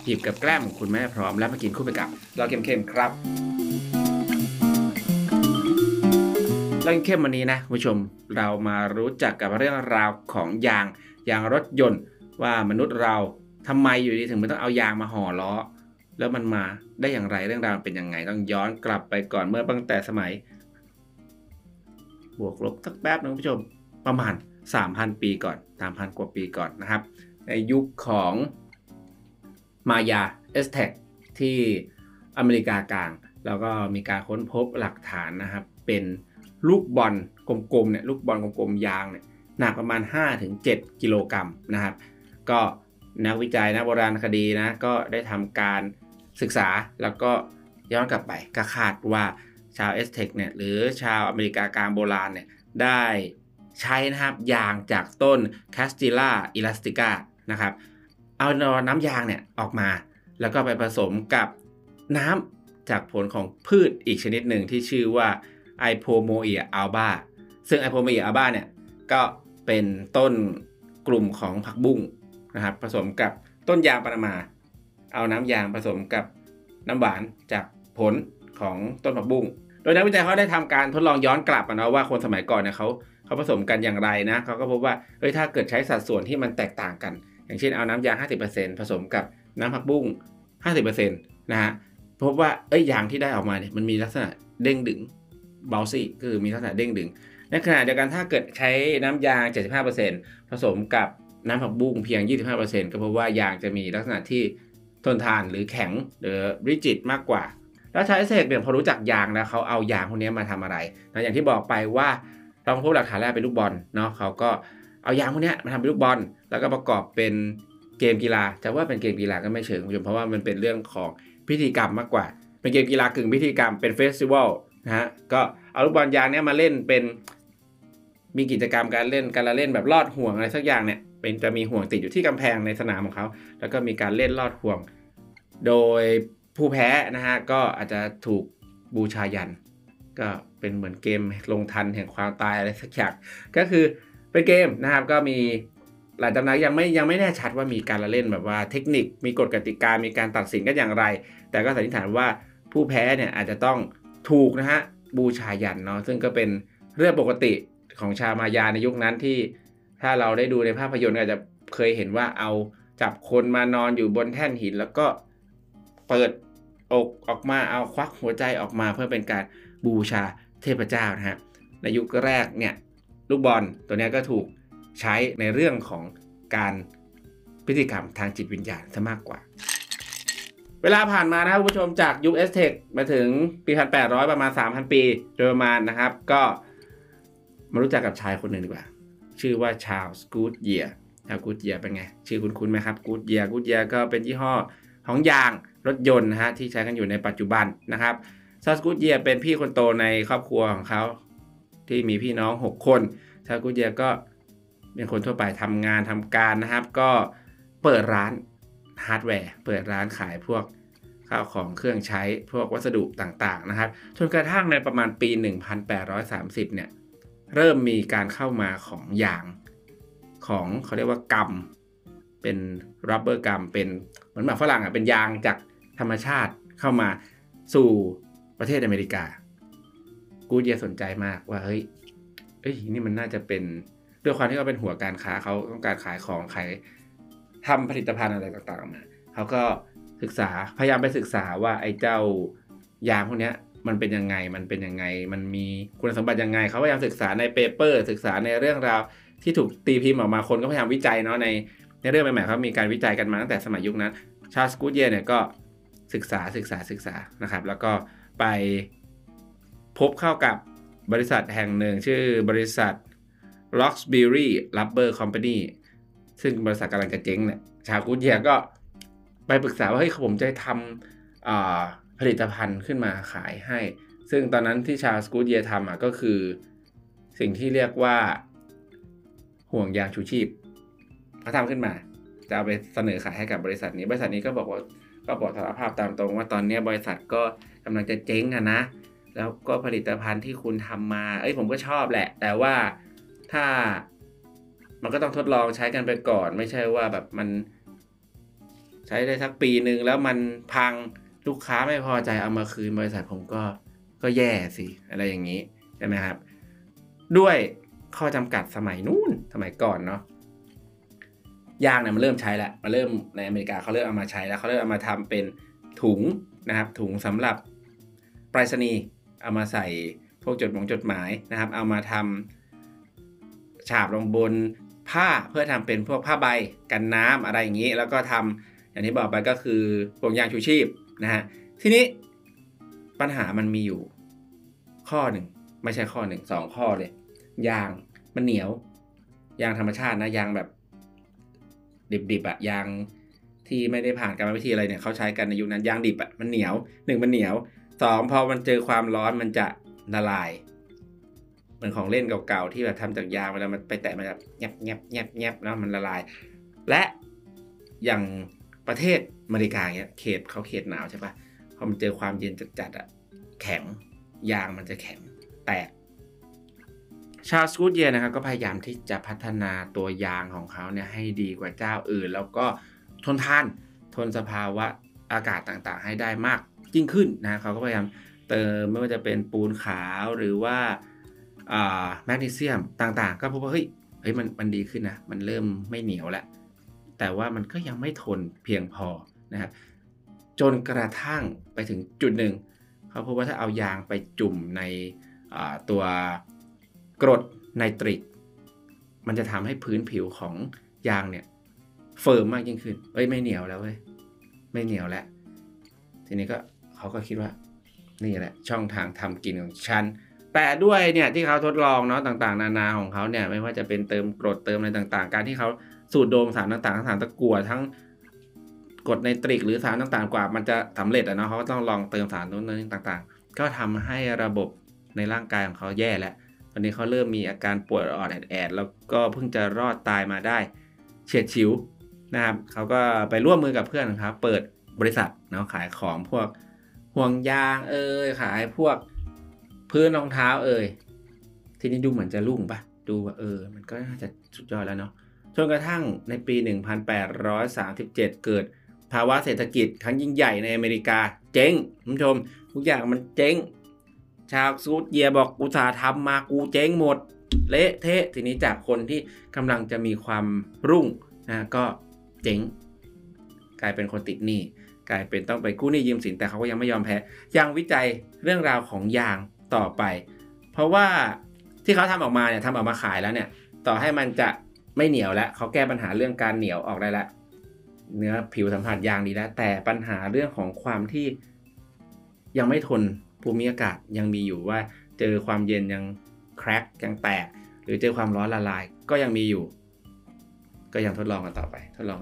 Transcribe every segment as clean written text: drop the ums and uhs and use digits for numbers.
หยิบกับแกล้มของคุณแม่พร้อมแล้วมากินคู่ไปกับเราเข้มๆครับเราเข้มวันนี้นะคุณผู้ชมเรามารู้จักกับเรื่องราวของยางรถยนต์ว่ามนุษย์เราทำไมอยู่ดีถึงไม่ต้องเอายางมาห่อล้อแล้วมันมาได้อย่างไรเรื่องราวเป็นยังไงต้องย้อนกลับไปก่อนเมื่อตั้งแต่สมัยบวกลบสักแป๊บนึงคุณผู้ชมประมาณ 3,000 ปีก่อน 3,000 กว่าปีก่อนนะครับในยุคของมายาเอสเท็กที่อเมริกากลางแล้วก็มีการค้นพบหลักฐานนะครับเป็นลูกบอลกลมๆเนี่ยลูกบอลกลมๆยางเนี่ยหนักประมาณ 5-7 กิโลกรัมนะครับก็นักวิจัยนะโบราณคดีนะก็ได้ทำการศึกษาแล้วก็ย้อนกลับไปก็คาดว่าชาวเอสเท็กเนี่ยหรือชาวอเมริกากลางโบราณเนี่ยได้ใช้นะครับยางจากต้น Castilla elastica นะครับเอาน้ำยางเนี่ยออกมาแล้วก็ไปผสมกับน้ำจากผลของพืชอีกชนิดหนึ่งที่ชื่อว่า Ipomoea alba ซึ่ง Ipomoea alba เนี่ยก็เป็นต้นกลุ่มของผักบุ้งนะครับผสมกับต้นยางปานามาเอาน้ำยางผสมกับน้ำหวานจากผลของต้นผักบุ้งโดยนักวิจัยเขาได้ทำการทดลองย้อนกลับนะว่าคนสมัยก่อนเนี่ยเขาผสมกันอย่างไรนะเขาก็พบว่าถ้าเกิดใช้สัดส่วนที่มันแตกต่างกันอย่างเช่นเอาน้ำยาง 50% ผสมกับน้ำผักบุ้ง 50% นะฮะพบว่ายางที่ได้ออกมาเนี่ยมันมีลักษณะเด้งดึงเบลซี่คือมีลักษณะเด้งดึงในขณะเดียวกันถ้าเกิดใช้น้ำยาง 75% ผสมกับน้ำผักบุ้งเพียง 25% ก็พบว่ายางจะมีลักษณะที่ทนทานหรือแข็งหรือริจิดมากกว่าแล้วชาวเอสเท็กเนี่ยพอรู้จักยางแล้วเขาเอายางพวกนี้มาทำอะไรนะอย่างที่บอกไปว่าเราพบหลักฐานแรกเป็นลูกบอลเนาะเขาก็เอายางพวกนี้มาทำเป็นลูกบอลแล้วก็ประกอบเป็นเกมกีฬาจะว่าเป็นเกมกีฬาก็ไม่เชิงเพราะว่ามันเป็นเรื่องของพิธีกรรมมากกว่าเป็นเกมกีฬากึ่งพิธีกรรมเป็นเฟสติวัลนะฮะก็เอาลูกบอลยางนี้มาเล่นเป็นมีกิจกรรมการเล่นแบบลอดห่วงอะไรสักอย่างเนี่ยเป็นจะมีห่วงติดอยู่ที่กำแพงในสนามของเขาแล้วก็มีการเล่นลอดห่วงโดยผู้แพ้นะฮะก็อาจจะถูกบูชายันก็เป็นเหมือนเกมลงทันแห่งความตายอะไรสักอย่างก็คือเป็นเกมนะครับก็มีหลายตำนานยังไม่แน่ชัดว่ามีการละเล่นแบบว่าเทคนิคมีกฎกติกามีการตัดสินกันอย่างไรแต่ก็สันนิษฐานว่าผู้แพ้เนี่ยอาจจะต้องถูกนะฮะบูชายันเนาะซึ่งก็เป็นเรื่องปกติของชาวมายาในยุคนั้นที่ถ้าเราได้ดูในภาพยนตร์อาจจะเคยเห็นว่าเอาจับคนมานอนอยู่บนแท่นหินแล้วก็เปิดอกออกมาเอาควักหัวใจออกมาเพื่อเป็นการบูชาเทพเจ้านะฮะในยุคแรกเนี่ยลูกบอลตัวนี้ก็ถูกใช้ในเรื่องของการพิธีกรรมทางจิตวิญญาณซะมากกว่าเวลาผ่านมานะครับคุณผู้ชมจากยุคเอสเท็กมาถึงปี 1800 ประมาณ 3,000 ปีโดยประมาณนะครับก็มารู้จักกับชายคนหนึ่งดีกว่าชื่อว่าชาร์ลส์กู๊ดเยียร์กู๊ดเยียร์เป็นไงชื่อคุ้นๆไหมครับกู๊ดเยียร์ก็เป็นยี่ห้อของยางรถยนต์นะฮะที่ใช้กันอยู่ในปัจจุบันนะครับชาร์ลส์กู๊ดเยียร์เป็นพี่คนโตในครอบครัวของเขาที่มีพี่น้อง6คนชาร์ลส์กู๊ดเยียร์ก็เป็นคนทั่วไปทำงานทำการนะครับก็เปิดร้านฮาร์ดแวร์เปิดร้านขายพวกข้าวของเครื่องใช้พวกวัสดุต่างๆนะครับจนกระทั่งในประมาณปี 1830 เนี่ยเริ่มมีการเข้ามาของยางของเขาเรียกว่ากัมเป็นรัปเปอร์กัมเป็นเหมือนหมากฝรั่งเป็นยางจากธรรมชาติเข้ามาสู่ประเทศอเมริกากู๊ดเยียร์สนใจมากว่าเฮ้ยนี่มันน่าจะเป็นด้วยความที่เขาเป็นหัวการค้าเขาต้องการขายของขายทำผลิตภัณฑ์อะไรต่างๆมาเขาก็พยายามไปศึกษาว่าไอ้เจ้ายางพวกนี้มันเป็นยังไงมันมีคุณสมบัติยังไงเขาพยายามศึกษาในเปเปอร์ศึกษาในเรื่องราวที่ถูกตีพิมพ์ออกมาคนก็พยายามวิจัยเนาะในเรื่องใหม่ๆเขามีการวิจัยกันมาตั้งแต่สมัยยุคนั้นชาร์ลส์กู๊ดเยียร์เนี่ยก็ศึกษานะครับแล้วก็ไปพบเข้ากับบริษัทแห่งหนึ่งชื่อบริษัท Roxbury Rubber Company ซึ่งบริษัทกำลังจะเจ๊งเนี่ยชาร์ลส์กู๊ดเยียร์ก็ไปปรึกษาว่าผมจะทำผลิตภัณฑ์ขึ้นมาขายให้ซึ่งตอนนั้นที่ชาร์ลส์กู๊ดเยียร์ทำก็คือสิ่งที่เรียกว่าห่วงยางชูชีพเขาทำขึ้นมาจะเอาไปเสนอขายให้กับบริษัทนี้ก็บอกสารภาพตามตรงว่าตอนนี้บริษัทก็กำลังจะเจ๊งนะแล้วก็ผลิตภัณฑ์ที่คุณทำมาผมก็ชอบแหละแต่ว่าถ้ามันก็ต้องทดลองใช้กันไปก่อนไม่ใช่ว่าแบบมันใช้ได้สักปีนึงแล้วมันพังลูกค้าไม่พอใจเอามาคืนบริษัทผมก็แย่สิอะไรอย่างนี้ใช่ไหมครับด้วยข้อจำกัดสมัยก่อนเนาะยางเนี่ยมันเริ่มใช้แล้วมันเริ่มในอเมริกาเขาเริ่มเอามาใช้แล้วเขาเริ่มเอามาทำเป็นถุงนะครับถุงสำหรับไปรษณีย์เอามาใส่พวกจดหมายนะครับเอามาทำฉาบลงบนผ้าเพื่อทำเป็นพวกผ้าใบกันน้ำอะไรอย่างนี้แล้วก็ทำอย่างที่บอกไปก็คือห่วงยางชูชีพนะฮะทีนี้ปัญหามันมีอยู่ข้อหนึ่งไม่ใช่ข้อหนึ่ง2ข้อเลยยางมันเหนียวยางธรรมชาตินะยางแบบดิบๆอะยางที่ไม่ได้ผ่านกรรมวิธีอะไรเนี่ยเขาใช้กันในยุคนั้นยางดิบอะมันเหนียว1มันเหนียว2พอมันเจอความร้อนมันจะละลายเหมือนของเล่นเก่าๆที่แบบทำจากยางเวลามันไปแตะมันจะแงบแล้วมันละลายและอย่างประเทศอเมริกาเนี่ยเขตหนาวใช่ปะพอมันเจอความเย็นจัดๆอะแข็งยางมันจะแข็งแตกชาร์ลส์ กู๊ดเยียร์นะครับก็พยายามที่จะพัฒนาตัวยางของเขาเนี่ยให้ดีกว่าเจ้าอื่นแล้วก็ทนทานทนสภาวะอากาศต่างๆให้ได้มากยิ่งขึ้นนะเขาก็พยายามเติมไม่ว่าจะเป็นปูนขาวหรือว่าแมกนีเซียมต่างๆก็พบว่าเฮ้ยมันดีขึ้นนะมันเริ่มไม่เหนียวแล้วแต่ว่ามันก็ยังไม่ทนเพียงพอนะครับจนกระทั่งไปถึงจุดหนึ่งเขาพบว่าถ้าเอายางไปจุ่มในตัวกรดไนตริกมันจะทำให้พื้นผิวของยางเนี่ยเฟิร์มมากยิ่งขึ้นไม่เหนียวแล้วไม่เหนียวแล้วทีนี้ก็เขาก็คิดว่านี่แหละช่องทางทำกินของฉันแต่ด้วยเนี่ยที่เขาทดลองเนาะต่างๆนานาของเขาเนี่ยไม่ว่าจะเป็นเติมกรดเติมอะไรต่างๆการที่เขาสูดดมสารต่างๆทั้งสารตะกั่วทั้งกรดไนตริกหรือสารต่างๆกว่ามันจะสำเร็จเนาะเขาก็ต้องลองเติมสารนู้นต่างๆก็ทำให้ระบบในร่างกายของเขาแย่แล้วตอนนี้เขาเริ่มมีอาการปวดอ่อนแอดแล้วก็เพิ่งจะรอดตายมาได้เฉียดฉิวนะครับเขาก็ไปร่วมมือกับเพื่อนครับเปิดบริษัทเนาะขายของพวกห่วงยางขายพวกพื้นรองเท้าทีนี้ดูเหมือนจะรุ่งปะดูว่ามันก็น่าจะสุดยอดแล้วเนาะจนกระทั่งในปี 1837 เกิดภาวะเศรษฐกิจครั้งยิ่งใหญ่ในอเมริกาเจ๊งคุณผู้ชมทุกอย่างมันเจ๊งชาร์ลส์ กู๊ดเยียร์บอกอุตสาห์ทำมากูเจ๊งหมดเละเทะทีนี้จากคนที่กำลังจะมีความรุ่งนะก็เจ๊งกลายเป็นคนติดหนี้กลายเป็นต้องไปกู้หนี้ยืมสินแต่เขาก็ยังไม่ยอมแพ้ยังวิจัยเรื่องราวของยางต่อไปเพราะว่าที่เขาทำออกมาเนี่ยทำออกมาขายแล้วเนี่ยต่อให้มันจะไม่เหนียวแล้วเขาแก้ปัญหาเรื่องการเหนียวออกได้แล้วเนื้อผิวสัมผัสยางดีแล้วแต่ปัญหาเรื่องของความที่ยังไม่ทนภูมิอากาศยังมีอยู่ว่าเจอความเย็นยังแคร็กยังแตกหรือเจอความร้อนละลายก็ยังมีอยู่ก็ยังทดลองกันต่อไป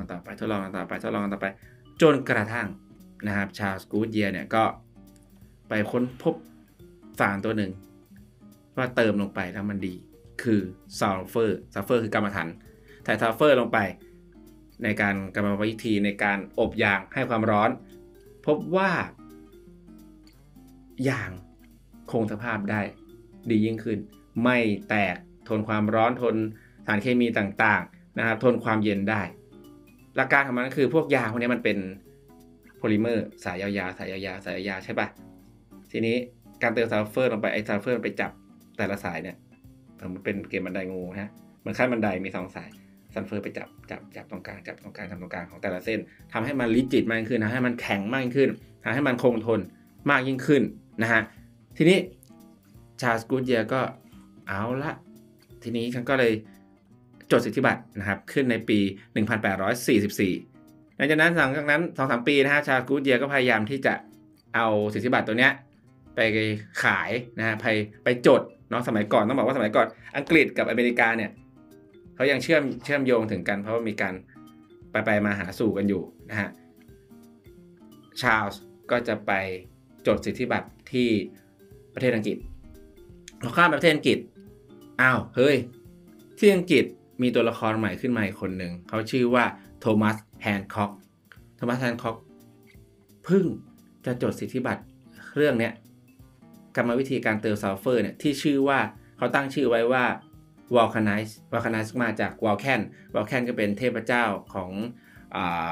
จนกระทั่งนะครับชาร์ลส์ กู๊ดเยียร์เนี่ยก็ไปค้นพบสารตัวหนึ่งว่าเติมลงไปแล้วมันดีคือซัลเฟอร์คือกรรมฐานแต่ซัลเฟอร์ลงไปในการกรรมวิธีในการอบยางให้ความร้อนพบว่ายางคงสภาพได้ดียิ่งขึ้นไม่แตกทนความร้อนทนสารเคมีต่างๆนะครับทนความเย็นได้หลักการของมันก็คือพวกยางพวกนี้มันเป็นโพลิเมอร์สายยาวๆใช่ป่ะทีนี้การเติมซัลเฟอร์ลงไปไอ้ซัลเฟอร์ไปจับแต่ละสายเนี่ยมันเป็นเกมบันไดงูฮะมันขั้นบันไดมี2สายซัลเฟอร์ไปจับตรงกลางทำตรงกลางของแต่ละเส้นทำให้มันริจิดมากขึ้นทำให้มันแข็งมากขึ้นทำให้มันคงทนมากยิ่งขึ้นนะฮะทีนี้ชาร์ลส์ กู๊ดเยียร์ก็เอาละทีนี้ฉันก็เลยจดสิทธิบัตรนะครับขึ้นในปี 1844 หลังจากนั้น 2-3 ปีนะฮะชาร์ลส์ กู๊ดเยียร์ก็พยายามที่จะเอาสิทธิบัตรตัวเนี้ยไปขายนะฮะไปจดเนาะสมัยก่อนต้องบอกว่าสมัยก่อนอังกฤษกับอเมริกาเนี่ยเขายังเชื่อมโยงถึงกันเพราะว่ามีการไปมาหาสู่กันอยู่นะฮะชาร์ลส์ก็จะไปจดสิทธิบัตรที่ประเทศอังกฤษพอข้ามไปประเทศอังกฤษเฮ้ยที่อังกฤษมีตัวละครใหม่ขึ้นมาอีกคนหนึ่งเขาชื่อว่าโทมัส แฮนค็อกเพิ่งจะจดสิทธิบัตรเรื่องนี้กรรมวิธีการเติมซัลเฟอร์เนี่ยที่ชื่อว่าเขาตั้งชื่อไว้ว่าวอลคาไนซ์มาจากวอลแคนก็เป็นเทพเจ้าของ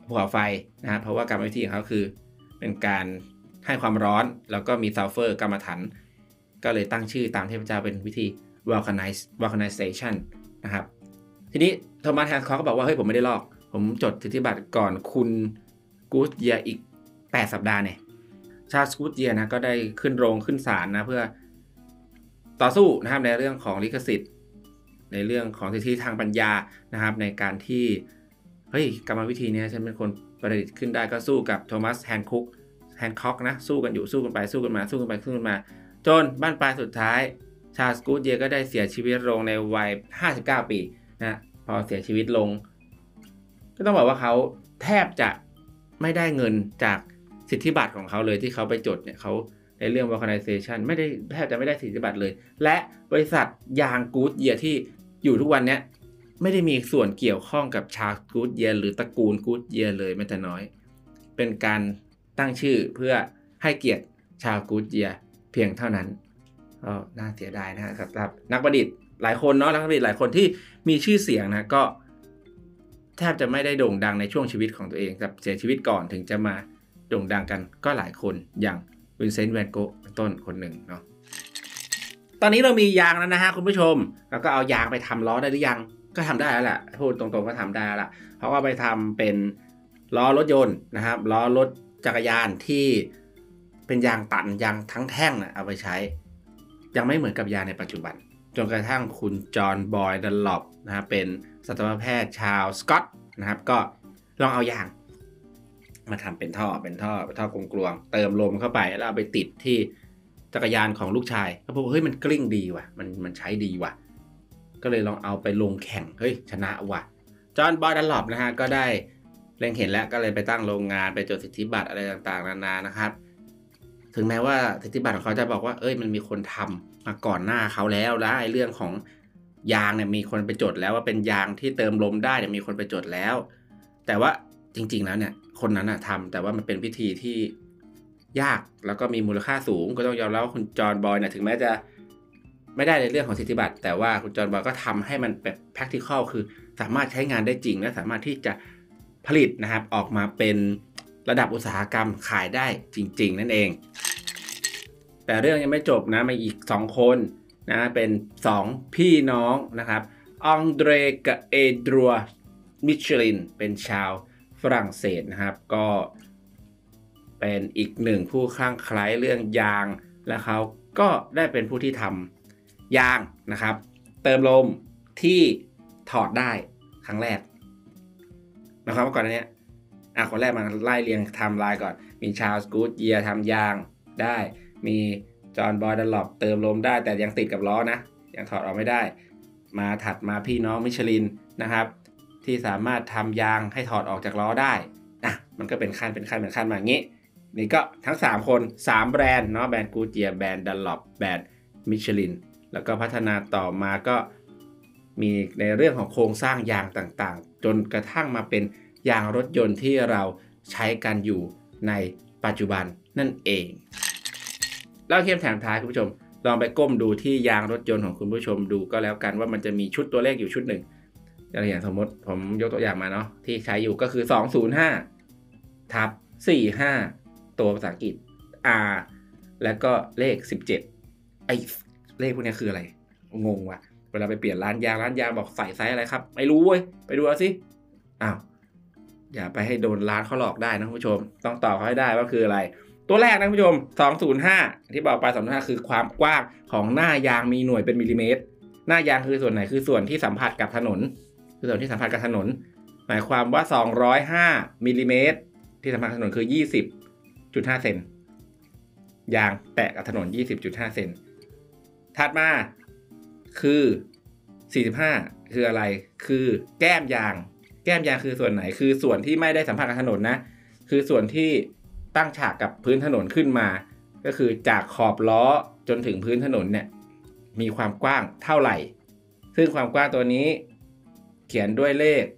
ภูเขาไฟนะเพราะว่ากรรมวิธีของเขาคือเป็นการให้ความร้อนแล้วก็มีซัลเฟอร์กรรมฐานก็เลยตั้งชื่อตามเทพเจ้าเป็นวิธี vulcanization นะครับทีนี้โทมัสแฮนคอกก็บอกว่าเฮ้ยผมไม่ได้ลอกผมจดสิทธิบัตรก่อนคุณกูดเยียอีก8 สัปดาห์เนี่ยชาร์ลส์กูดเยียนะก็ได้ขึ้นโรงขึ้นศาลนะเพื่อต่อสู้นะครับในเรื่องของลิขสิทธิ์ในเรื่องของสิทธิทางปัญญานะครับในการที่เฮ้ยกรรมวิธีนี้ฉันเป็นคนประดิษฐ์ขึ้นได้ก็สู้กับโทมัสแฮนคอกนะสู้กันอยู่สู้กันไปสู้กันมาสู้กันไปสู้กันมาจนบ้านปลายสุดท้ายชาร์ลส์กูดเยียก็ได้เสียชีวิตลงในวัย59 ปีนะพอเสียชีวิตลงก็ต้องบอกว่าเขาแทบจะไม่ได้เงินจากสิทธิบัตรของเขาเลยที่เขาไปจดเนี่ยเขาในเรื่อง vulcanization ไม่ได้แทบจะไม่ได้สิทธิบัตรเลยและบริษัทยางกูดเยียที่อยู่ทุกวันนี้ไม่ได้มีส่วนเกี่ยวข้องกับชาร์ลส์กูดเยียหรือตระกูลกูดเยียเลยแม้แต่น้อยเป็นการตั้งชื่อเพื่อให้เกียรติชาร์ลส์กูดเยียเพียงเท่านั้นก็น่าเสียดายนะครับนักประดิษฐ์หลายคนเนาะนักประดิษฐ์หลายคนที่มีชื่อเสียงนะก็แทบจะไม่ได้โด่งดังในช่วงชีวิตของตัวเองกับเสียชีวิตก่อนถึงจะมาโด่งดังกันก็หลายคนอย่างวินเซนต์ แวนโกะเป็นต้นคนหนึ่งเนาะตอนนี้เรามียางแล้วนะฮะคุณผู้ชมแล้วก็เอายางไปทำล้อได้หรือยังก็ทำได้แล้วแหละพูดตรงๆก็ทำได้แล้วล่ะเพราะว่าไปทำเป็นล้อรถยนต์นะครับล้อรถจักรยานที่เป็นยางตันยางทั้งแท่งเอาไปใช้ยังไม่เหมือนกับยางในปัจจุบันจนกระทั่งคุณจอห์นบอยดันล็อปนะครับเป็นสัตวแพทย์ชาวสกอตนะครับก็ลองเอายางมาทำเป็นท่อกลวงๆเติมลมเข้าไปแล้วเอาไปติดที่จักรยานของลูกชายก็พบว่าเฮ้ยมันกลิ้งดีว่ะมันใช้ดีว่ะก็เลยลองเอาไปลงแข่งเฮ้ยชนะว่ะจอห์นบอยดันล็อปนะฮะก็ได้เล็งเห็นแล้วก็เลยไปตั้งโรงงานไปจดสิทธิบัตรอะไรต่างๆนานานะครับถึงแม้ว่าสิทธิบัตรของเขาจะบอกว่าเอ้ยมันมีคนทำมาก่อนหน้าเขาแล้วนะไอ้เรื่องของยางเนี่ยมีคนไปจดแล้วว่าเป็นยางที่เติมลมได้เนี่ยมีคนไปจดแล้วแต่ว่าจริงๆแล้วเนี่ยคนนั้นทำแต่ว่ามันเป็นวิธีที่ยากแล้วก็มีมูลค่าสูงก็ต้องยอมรับว่าคุณจอห์นบอยเนี่ยถึงแม้จะไม่ได้ในเรื่องของสิทธิบัตรแต่ว่าคุณจอห์นบอยก็ทำให้มันแบบ practical คือสามารถใช้งานได้จริงและสามารถที่จะผลิตนะครับออกมาเป็นระดับอุตสาหกรรมขายได้จริงๆนั่นเองแต่เรื่องยังไม่จบนะมาอีก2 คนนะเป็น2 พี่น้องนะครับองเดรกับเอดรัวมิชลินเป็นชาวฝรั่งเศสนะครับก็เป็นอีกหนึ่งผู้คลั่งไคล้เรื่องยางและเขาก็ได้เป็นผู้ที่ทำยางนะครับเติมลมที่ถอดได้ครั้งแรกนะครับเมื่อก่อนนี้คนแรกมาไล่เรียงไทม์ไลน์ก่อนมีชาร์ลส์กูดเยียร์ทำยางได้มีจอห์นบอยดันล็อปเติมลมได้แต่ยังติดกับล้อนะยังถอดออกไม่ได้มาถัดมาพี่น้องมิชลินนะครับที่สามารถทำยางให้ถอดออกจากล้อได้มันก็เป็นขั้นมาอย่างนี้นี่ก็ทั้ง3 คน3 แบรนด์เนาะแบรนด์กูดเยียร์แบรนด์ดันล็อปแบรนด์มิชลินแล้วก็พัฒนาต่อมาก็มีในเรื่องของโครงสร้างยางต่างๆจนกระทั่งมาเป็นยางรถยนต์ที่เราใช้กันอยู่ในปัจจุบันนั่นเองแล้วเข้มแถมท้ายคุณผู้ชมลองไปก้มดูที่ยางรถยนต์ของคุณผู้ชมดูก็แล้วกันว่ามันจะมีชุดตัวเลขอยู่ชุดหนึ่งอย่างสมมติผมยกตัวอย่างมาเนาะที่ใช้อยู่ก็คือ205/45ตัวภาษาอังกฤษ R แล้วก็เลข17ไอ้เลขพวกนี้คืออะไรงงว่ะเวลาไปเปลี่ยนร้านยางบอกใส่ไซส์อะไรครับไม่รู้เว้ยไปดูเอาสิอย่าไปให้โดนร้านเขาหลอกได้นะคุณผู้ชมต้องตอบเขาให้ได้ว่าคืออะไรตัวแรกนะคุณผู้ชม205ที่บอกไป205คือความกว้างของหน้ายางมีหน่วยเป็นมิลลิเมตรหน้ายางคือส่วนไหนคือส่วนที่สัมผัสกับถนนคือส่วนที่สัมผัสกับถนนหมายความว่า205มิลลิเมตรที่สัมผัสกับถนนคือ 20.5 เซนยางแตะกับถนน 20.5 เซนถัดมาคือ45คืออะไรคือแก้มยางคือส่วนไหนคือส่วนที่ไม่ได้สัมผัสกับถนนนะคือส่วนที่ตั้งฉากกับพื้นถนนขึ้นมาก็คือจากขอบล้อจนถึงพื้นถนนเนี่ยมีความกว้างเท่าไหร่ซึ่งความกว้างตัวนี้เขียนด้วยเลข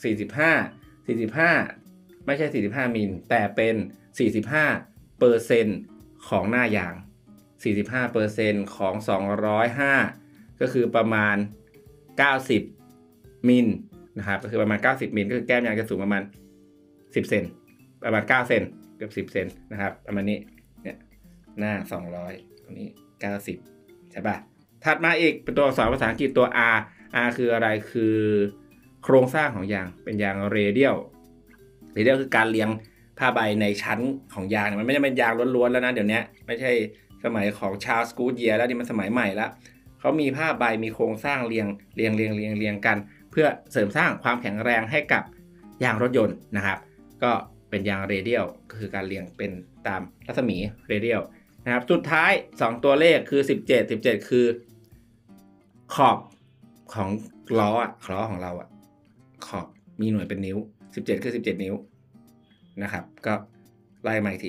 45ไม่ใช่45มิลแต่เป็น45%ของหน้ายาง45%ของ205ก็คือประมาณ90มิลนะครับก็คือประมาณ90มิลก็คือแก้มยางจะสูงประมาณ 10 เซนประมาณ9 เซนเกือบ10 เซนนะครับประมาณนี้เนี่ยหน้า200ตรงนี้90ใช่ป่ะถัดมาอีกเป็นตัวอักษรภาษาอังกฤษตัว R R คืออะไรคือโครงสร้างของยางเป็นยางเรเดียลคือการเรียงผ้าใบในชั้นของยางมันไม่ได้เป็นยางล้วนๆแล้วนะเดี๋ยวนี้ไม่ใช่สมัยของชาร์ลส์กู๊ดเยียร์แล้วนี่มันสมัยใหม่แล้วเขามีผ้าใบมีโครงสร้างเรียงกันเพื่อเสริมสร้างความแข็งแรงให้กับยางรถยนต์นะครับก็เป็นยางเรเดียลก็คือการเรียงเป็นตามรัศมีเรเดียลนะครับสุดท้าย2ตัวเลขคือ17คือขอบของล้อของเราขอบมีหน่วยเป็นนิ้ว17คือ17นิ้วนะครับก็ไล่มาอีกที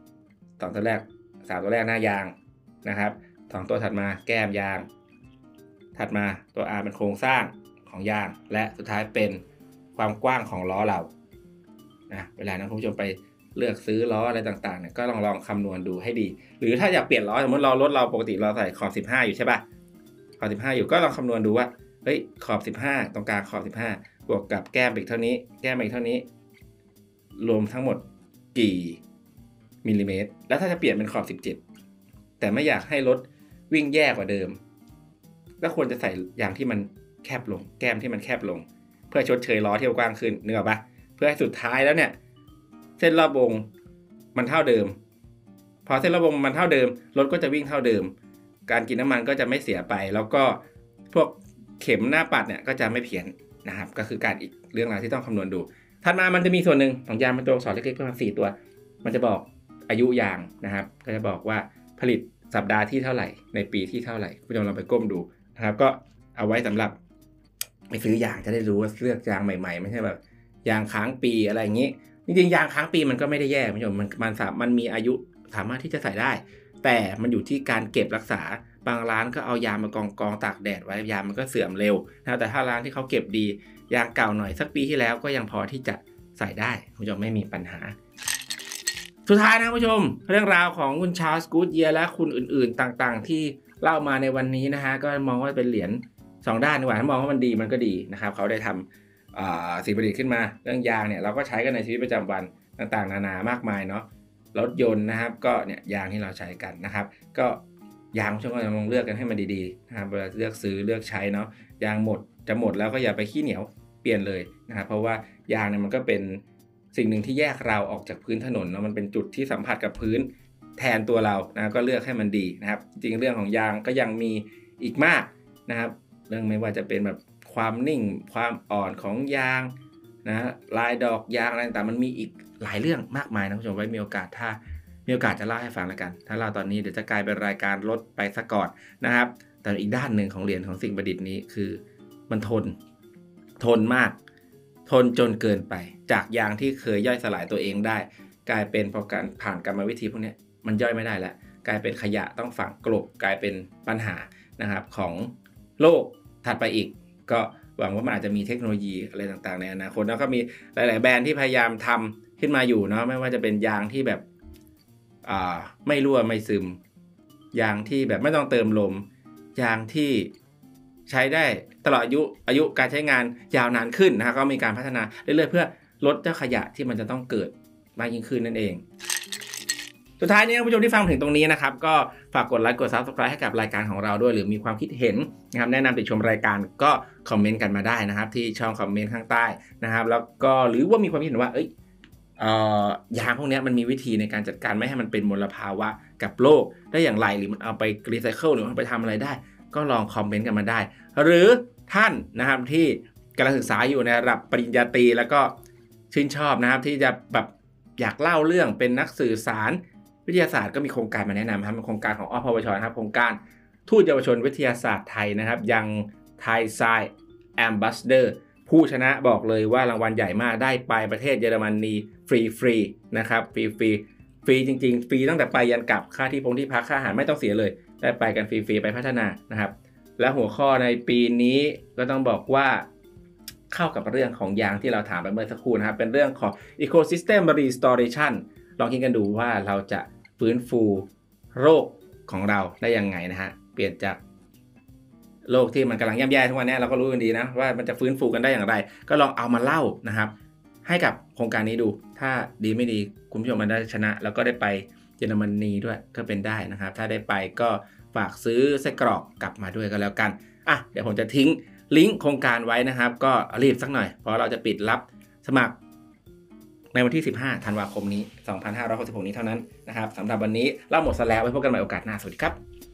2ตัวแรก3ตัวแรกหน้ายางนะครับ2ตัวถัดมาแก้มยางถัดมาตัว R เป็นโครงสร้างของยางและสุดท้ายเป็นความกว้างของล้อเรานะเวลานั้นคุณผู้ชมไปเลือกซื้อล้ออะไรต่างๆเนี่ยก็ลองคำนวณดูให้ดีหรือถ้าอยากเปลี่ยนล้อสมมติรถเราปกติเราใส่ขอบ15อยู่ใช่ป่ะขอบ15อยู่ก็ลองคำนวณดูว่าเฮ้ยขอบ15ตรงกลางขอบ15บวกกับแก้มอีกเท่านี้แก้มอีกเท่านี้รวมทั้งหมดกี่มิลลิเมตรแล้วถ้าจะเปลี่ยนเป็นขอบ17แต่ไม่อยากให้รถวิ่งแย่กว่าเดิมก็ควรจะใส่ยางที่มันแคบลงแก้มที่มันแคบลงเพื่อชดเชยล้อที่กว้างขึ้นนึกออกปะเพื่อให้สุดท้ายแล้วเนี่ยเส้นรอบวงมันเท่าเดิมพอเส้นรอบวงมันเท่าเดิมรถก็จะวิ่งเท่าเดิมการกินน้ำมันก็จะไม่เสียไปแล้วก็พวกเข็มหน้าปัดเนี่ยก็จะไม่เพี้ยนนะครับก็คือการอีกเรื่องราวที่ต้องคำนวณดูถัดมามันจะมีส่วนหนึ่งของยางเป็นตัวอักษรเล็กๆประมาณ4ตัวมันจะบอกอายุยางนะครับก็จะบอกว่าผลิตสัปดาห์ที่เท่าไหร่ในปีที่เท่าไหร่คุณผู้ชมลองไปก้มดูนะครับก็เอาไว้สำหรับไปซื้อยางจะได้รู้ว่าเลือกยางใหม่ๆไม่ใช่แบบยางค้างปีอะไรอย่างนี้จริงๆยางค้างปีมันก็ไม่ได้แย่คุณผู้ชมมันมีอายุสามารถที่จะใส่ได้แต่มันอยู่ที่การเก็บรักษาบางร้านก็เอายางมากองตากแดดไว้ยางมันก็เสื่อมเร็วนะแต่ถ้าร้านที่เขาเก็บดียางเก่าหน่อยสักปีที่แล้วก็ยังพอที่จะใส่ได้คุณผู้ชมไม่มีปัญหาสุดท้ายนะคุณผู้ชมเรื่องราวของคุณชาร์ลส์กู๊ดเยียร์และคุณอื่นๆต่างๆที่เล่ามาในวันนี้นะฮะก็มองว่าเป็นเหรียญ2ด้านดีกว่าถ้ามองว่ามันดีมันก็ดีนะครับเขาได้ทำสิ่งประดิษฐ์ขึ้นมาเรื่องยางเนี่ยเราก็ใช้กันในชีวิตประจำวันต่างๆนานามากมายเนาะรถยนต์นะครับก็เนี่ยยางที่เราใช้กันนะครับก็ยางช่วงก็ลองเลือกกันให้มันดีๆนะครับเวลาเลือกซื้อเลือกใช้เนาะยางหมดแล้วก็อย่าไปขี้เหนียวเปลี่ยนเลยนะครับเพราะว่ายางเนี่ยมันก็เป็นสิ่งหนึ่งที่แยกเราออกจากพื้นถนนเนาะมันเป็นจุดที่สัมผัสกับพื้นแทนตัวเรานะก็เลือกให้มันดีนะครับจริงๆเรื่องของยางก็ยังมีอีกมากนะครับเรื่องไม่ว่าจะเป็นแบบความนิ่งความอ่อนของยางนะลายดอกยางอะไรต่างๆมันมีอีกหลายเรื่องมากมายนะคุณผู้ชมไว้มีโอกาสถ้ามีโอกาสจะเล่าให้ฟังแล้วกันถ้าเล่าตอนนี้เดี๋ยวจะกลายเป็นรายการรถไปซะก่อนนะครับแต่อีกด้านหนึ่งของเหรียญของสิ่งประดิษฐ์นี้คือมันทนมากทนจนเกินไปจากยางที่เคยย่อยสลายตัวเองได้กลายเป็นพอการผ่านกรรมวิธีพวกนี้มันย่อยไม่ได้แล้วกลายเป็นขยะต้องฝังกลบกลายเป็นปัญหานะครับของโลกถัดไปอีกก็หวังว่ามันอาจจะมีเทคโนโลยีอะไรต่างๆในอนาคตแล้วก็มีหลายๆแบรนด์ที่พยายามทำขึ้นมาอยู่เนาะไม่ว่าจะเป็นยางที่แบบไม่รั่วไม่ซึมยางที่แบบไม่ต้องเติมลมยางที่ใช้ได้ตลอดอายุการใช้งานยาวนานขึ้นนะครับก็มีการพัฒนาเรื่อยๆเพื่อลดเจ้าขยะที่มันจะต้องเกิดมากยิ่งขึ้นนั่นเองสุดท้ายนี้ผู้ชมที่ฟังถึงตรงนี้นะครับก็ฝากกดไลค์กด Subscribe ให้กับรายการของเราด้วยหรือมีความคิดเห็นนะครับแนะนำติชมรายการก็คอมเมนต์กันมาได้นะครับที่ช่องคอมเมนต์ข้างใต้นะครับแล้วก็หรือว่ามีความคิดเห็นว่ายางพวกนี้มันมีวิธีในการจัดการไม่ให้มันเป็นมลภาวะกับโลกได้อย่างไรหรือมันเอาไปรีไซเคิลหรือมันไปทำอะไรได้ก็ลองคอมเมนต์กันมาได้หรือท่านนะครับที่กำลังศึกษาอยู่ในระดับปริญญาตรีแล้วก็ชื่นชอบนะครับที่จะแบบอยากเล่าเรื่องเป็นนักสื่อสารวิทยาศาสตร์ก็มีโครงการมาแนะนำครับเป็นโครงการของอพวชนะครับโครงการทูตเยาวชนวิทยาศาสตร์ไทยนะครับยังไทยไซน์แอมบาสเดอร์ผู้ชนะบอกเลยว่ารางวัลใหญ่มากได้ไปประเทศเยอรมนีฟรีนะครับฟรีจริงๆฟรีตั้งแต่ไปยันกลับค่าที่พักค่าอาหารไม่ต้องเสียเลยได้ไปกันฟรีไปพัฒนานะครับและหัวข้อในปีนี้ก็ต้องบอกว่าเข้ากับเรื่องของยางที่เราถามไปเมื่อสักครู่นะครับเป็นเรื่องของ Ecosystem Restoration ลองคิดกันดูว่าเราจะฟื้นฟูโรคของเราได้ยังไงนะฮะเปลี่ยนจากโลกที่มันกำลังย่ำแย่ทุกวันนี้เราก็รู้กันดีนะว่ามันจะฟื้นฟูกันได้อย่างไรก็ลองเอามาเล่านะครับให้กับโครงการนี้ดูถ้าดีไม่ดีคุณผู้ชมมันได้ชนะแล้วก็ได้ไปเยอรมนีด้วยก็เป็นได้นะครับถ้าได้ไปก็ฝากซื้อไส้กรอกกลับมาด้วยก็แล้วกันเดี๋ยวผมจะทิ้งลิงก์โครงการไว้นะครับก็รีบสักหน่อยเพราะเราจะปิดรับสมัครในวันที่15ธันวาคมนี้2566นี้เท่านั้นนะครับสำหรับวันนี้เราหมดซะแล้วไว้พบกันใหม่โอกาสหน้าสวัสดีครับ